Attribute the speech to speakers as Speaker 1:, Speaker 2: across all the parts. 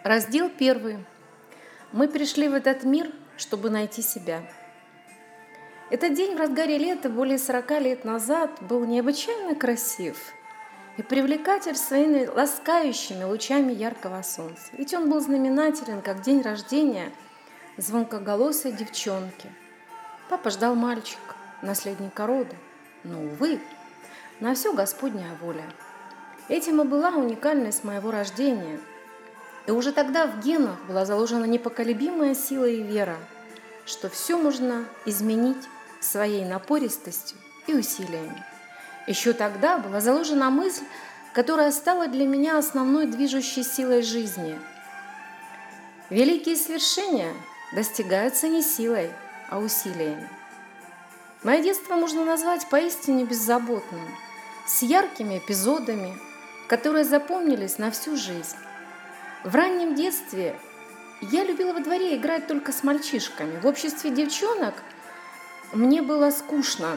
Speaker 1: Раздел 1. Мы пришли в этот мир, чтобы найти себя. Этот день в разгаре лета более 40 лет назад был необычайно красив и привлекатель своими ласкающими лучами яркого солнца. Ведь он был знаменателен, как день рождения звонкоголосой девчонки. Папа ждал мальчика, наследника рода, но, увы, на все Господняя воля. Этим и была уникальность моего рождения. И уже тогда в генах была заложена непоколебимая сила и вера, что все можно изменить своей напористостью и усилиями. Еще тогда была заложена мысль, которая стала для меня основной движущей силой жизни. Великие свершения достигаются не силой, а усилиями. Мое детство можно назвать поистине беззаботным, с яркими эпизодами, которые запомнились на всю жизнь. В раннем детстве я любила во дворе играть только с мальчишками. В обществе девчонок мне было скучно.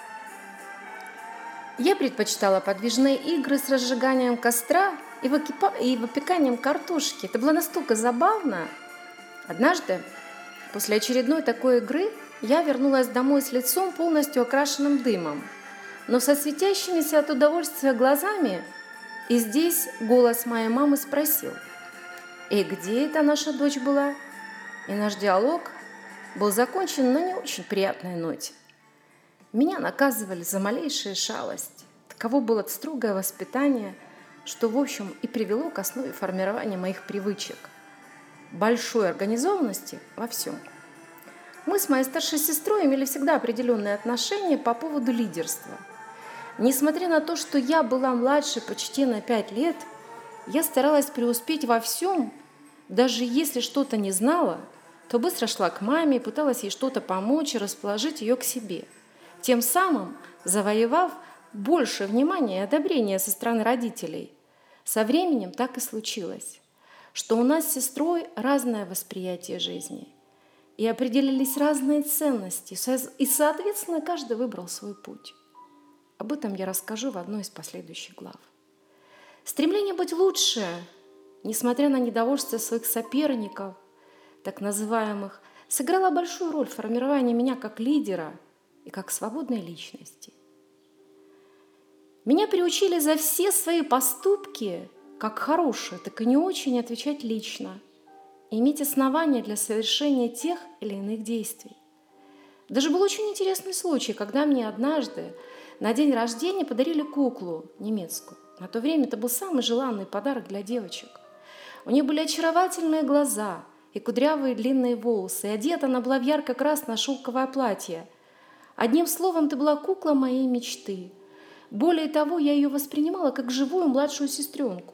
Speaker 1: Я предпочитала подвижные игры с разжиганием костра и выпеканием картошки. Это было настолько забавно. Однажды, после очередной такой игры, я вернулась домой с лицом полностью окрашенным дымом, но со светящимися от удовольствия глазами, и здесь голос моей мамы спросил: «И где эта наша дочь была?» И наш диалог был закончен на не очень приятной ноте. Меня наказывали за малейшие шалости. Таково было строгое воспитание, что, в общем, и привело к основе формирования моих привычек. Большой организованности во всем. Мы с моей старшей сестрой имели всегда определенные отношения по поводу лидерства. Несмотря на то, что я была младше почти на 5 лет, я старалась преуспеть во всем. Даже если что-то не знала, то быстро шла к маме и пыталась ей что-то помочь и расположить ее к себе, тем самым завоевав больше внимания и одобрения со стороны родителей. Со временем так и случилось, что у нас с сестрой разное восприятие жизни, и определились разные ценности, и, соответственно, каждый выбрал свой путь. Об этом я расскажу в одной из последующих глав. Стремление быть лучше, несмотря на недовольство своих соперников, так называемых, сыграло большую роль в формировании меня как лидера и как свободной личности. Меня приучили за все свои поступки, как хорошие, так и не очень, отвечать лично и иметь основания для совершения тех или иных действий. Даже был очень интересный случай, когда мне однажды на день рождения подарили куклу немецкую. На то время это был самый желанный подарок для девочек. У нее были очаровательные глаза и кудрявые длинные волосы, и одета она была в ярко-красное шелковое платье. Одним словом, это была кукла моей мечты. Более того, я ее воспринимала как живую младшую сестренку.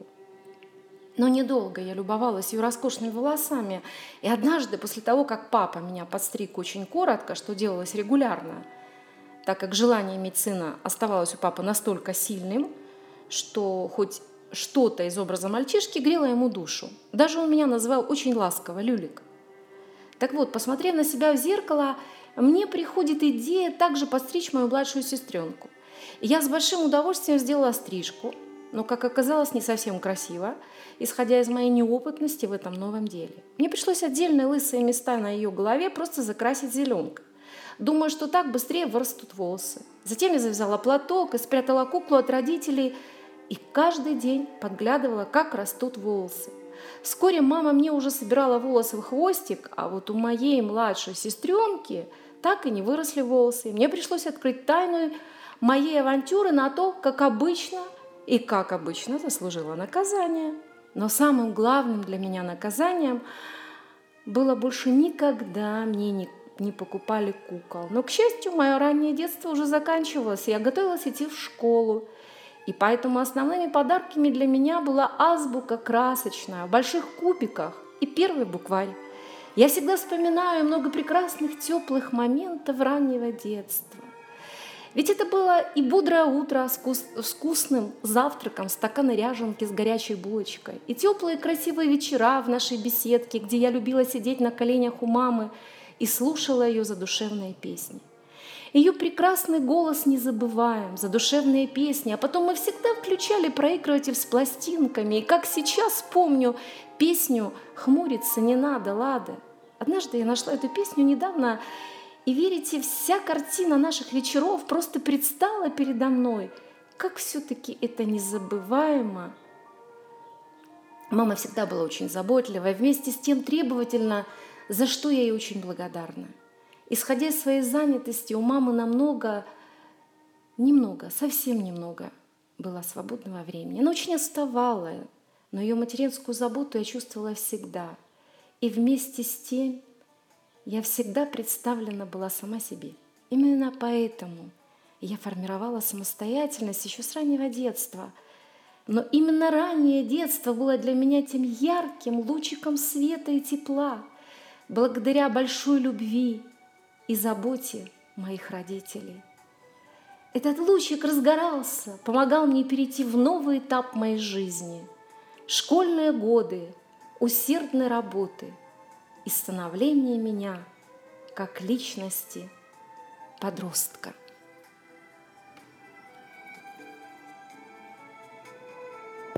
Speaker 1: Но недолго я любовалась ее роскошными волосами, и однажды, после того, как папа меня подстриг очень коротко, что делалось регулярно, так как желание иметь сына оставалось у папы настолько сильным, что хоть что-то из образа мальчишки грело ему душу. Даже он меня называл очень ласково Люлик. Так вот, посмотрев на себя в зеркало, мне приходит идея также подстричь мою младшую сестренку. И я с большим удовольствием сделала стрижку, но, как оказалось, не совсем красиво, исходя из моей неопытности в этом новом деле. Мне пришлось отдельные лысые места на ее голове просто закрасить зеленкой. Думаю, что так быстрее вырастут волосы. Затем я завязала платок и спрятала куклу от родителей, и каждый день подглядывала, как растут волосы. Вскоре мама мне уже собирала волосы в хвостик, а вот у моей младшей сестренки так и не выросли волосы. И мне пришлось открыть тайну моей авантюры на то, как обычно заслужила наказание. Но самым главным для меня наказанием было больше никогда мне не покупали кукол. Но, к счастью, мое раннее детство уже заканчивалось, и я готовилась идти в школу. И поэтому основными подарками для меня была азбука красочная в больших кубиках и первый букварь. Я всегда вспоминаю много прекрасных теплых моментов раннего детства. Ведь это было и бодрое утро с вкусным завтраком, стаканы ряженки с горячей булочкой, и теплые красивые вечера в нашей беседке, где я любила сидеть на коленях у мамы и слушала ее задушевные песни. Ее прекрасный голос не забываем, задушевные песни, а потом мы всегда включали проигрыватель с пластинками. И как сейчас помню песню «Хмуриться не надо, Лада». Однажды я нашла эту песню недавно, и верите, вся картина наших вечеров просто предстала передо мной. Как все-таки это незабываемо. Мама всегда была очень заботлива и вместе с тем требовательна, за что я ей очень благодарна. Исходя из своей занятости, у мамы немного, совсем немного было свободного времени. Она очень уставала, но ее материнскую заботу я чувствовала всегда. И вместе с тем я всегда представлена была сама себе. Именно поэтому я формировала самостоятельность еще с раннего детства. Но именно раннее детство было для меня тем ярким лучиком света и тепла, благодаря большой любви и заботе моих родителей. Этот лучик разгорался, помогал мне перейти в новый этап моей жизни. Школьные годы, усердной работы и становление меня как личности подростка.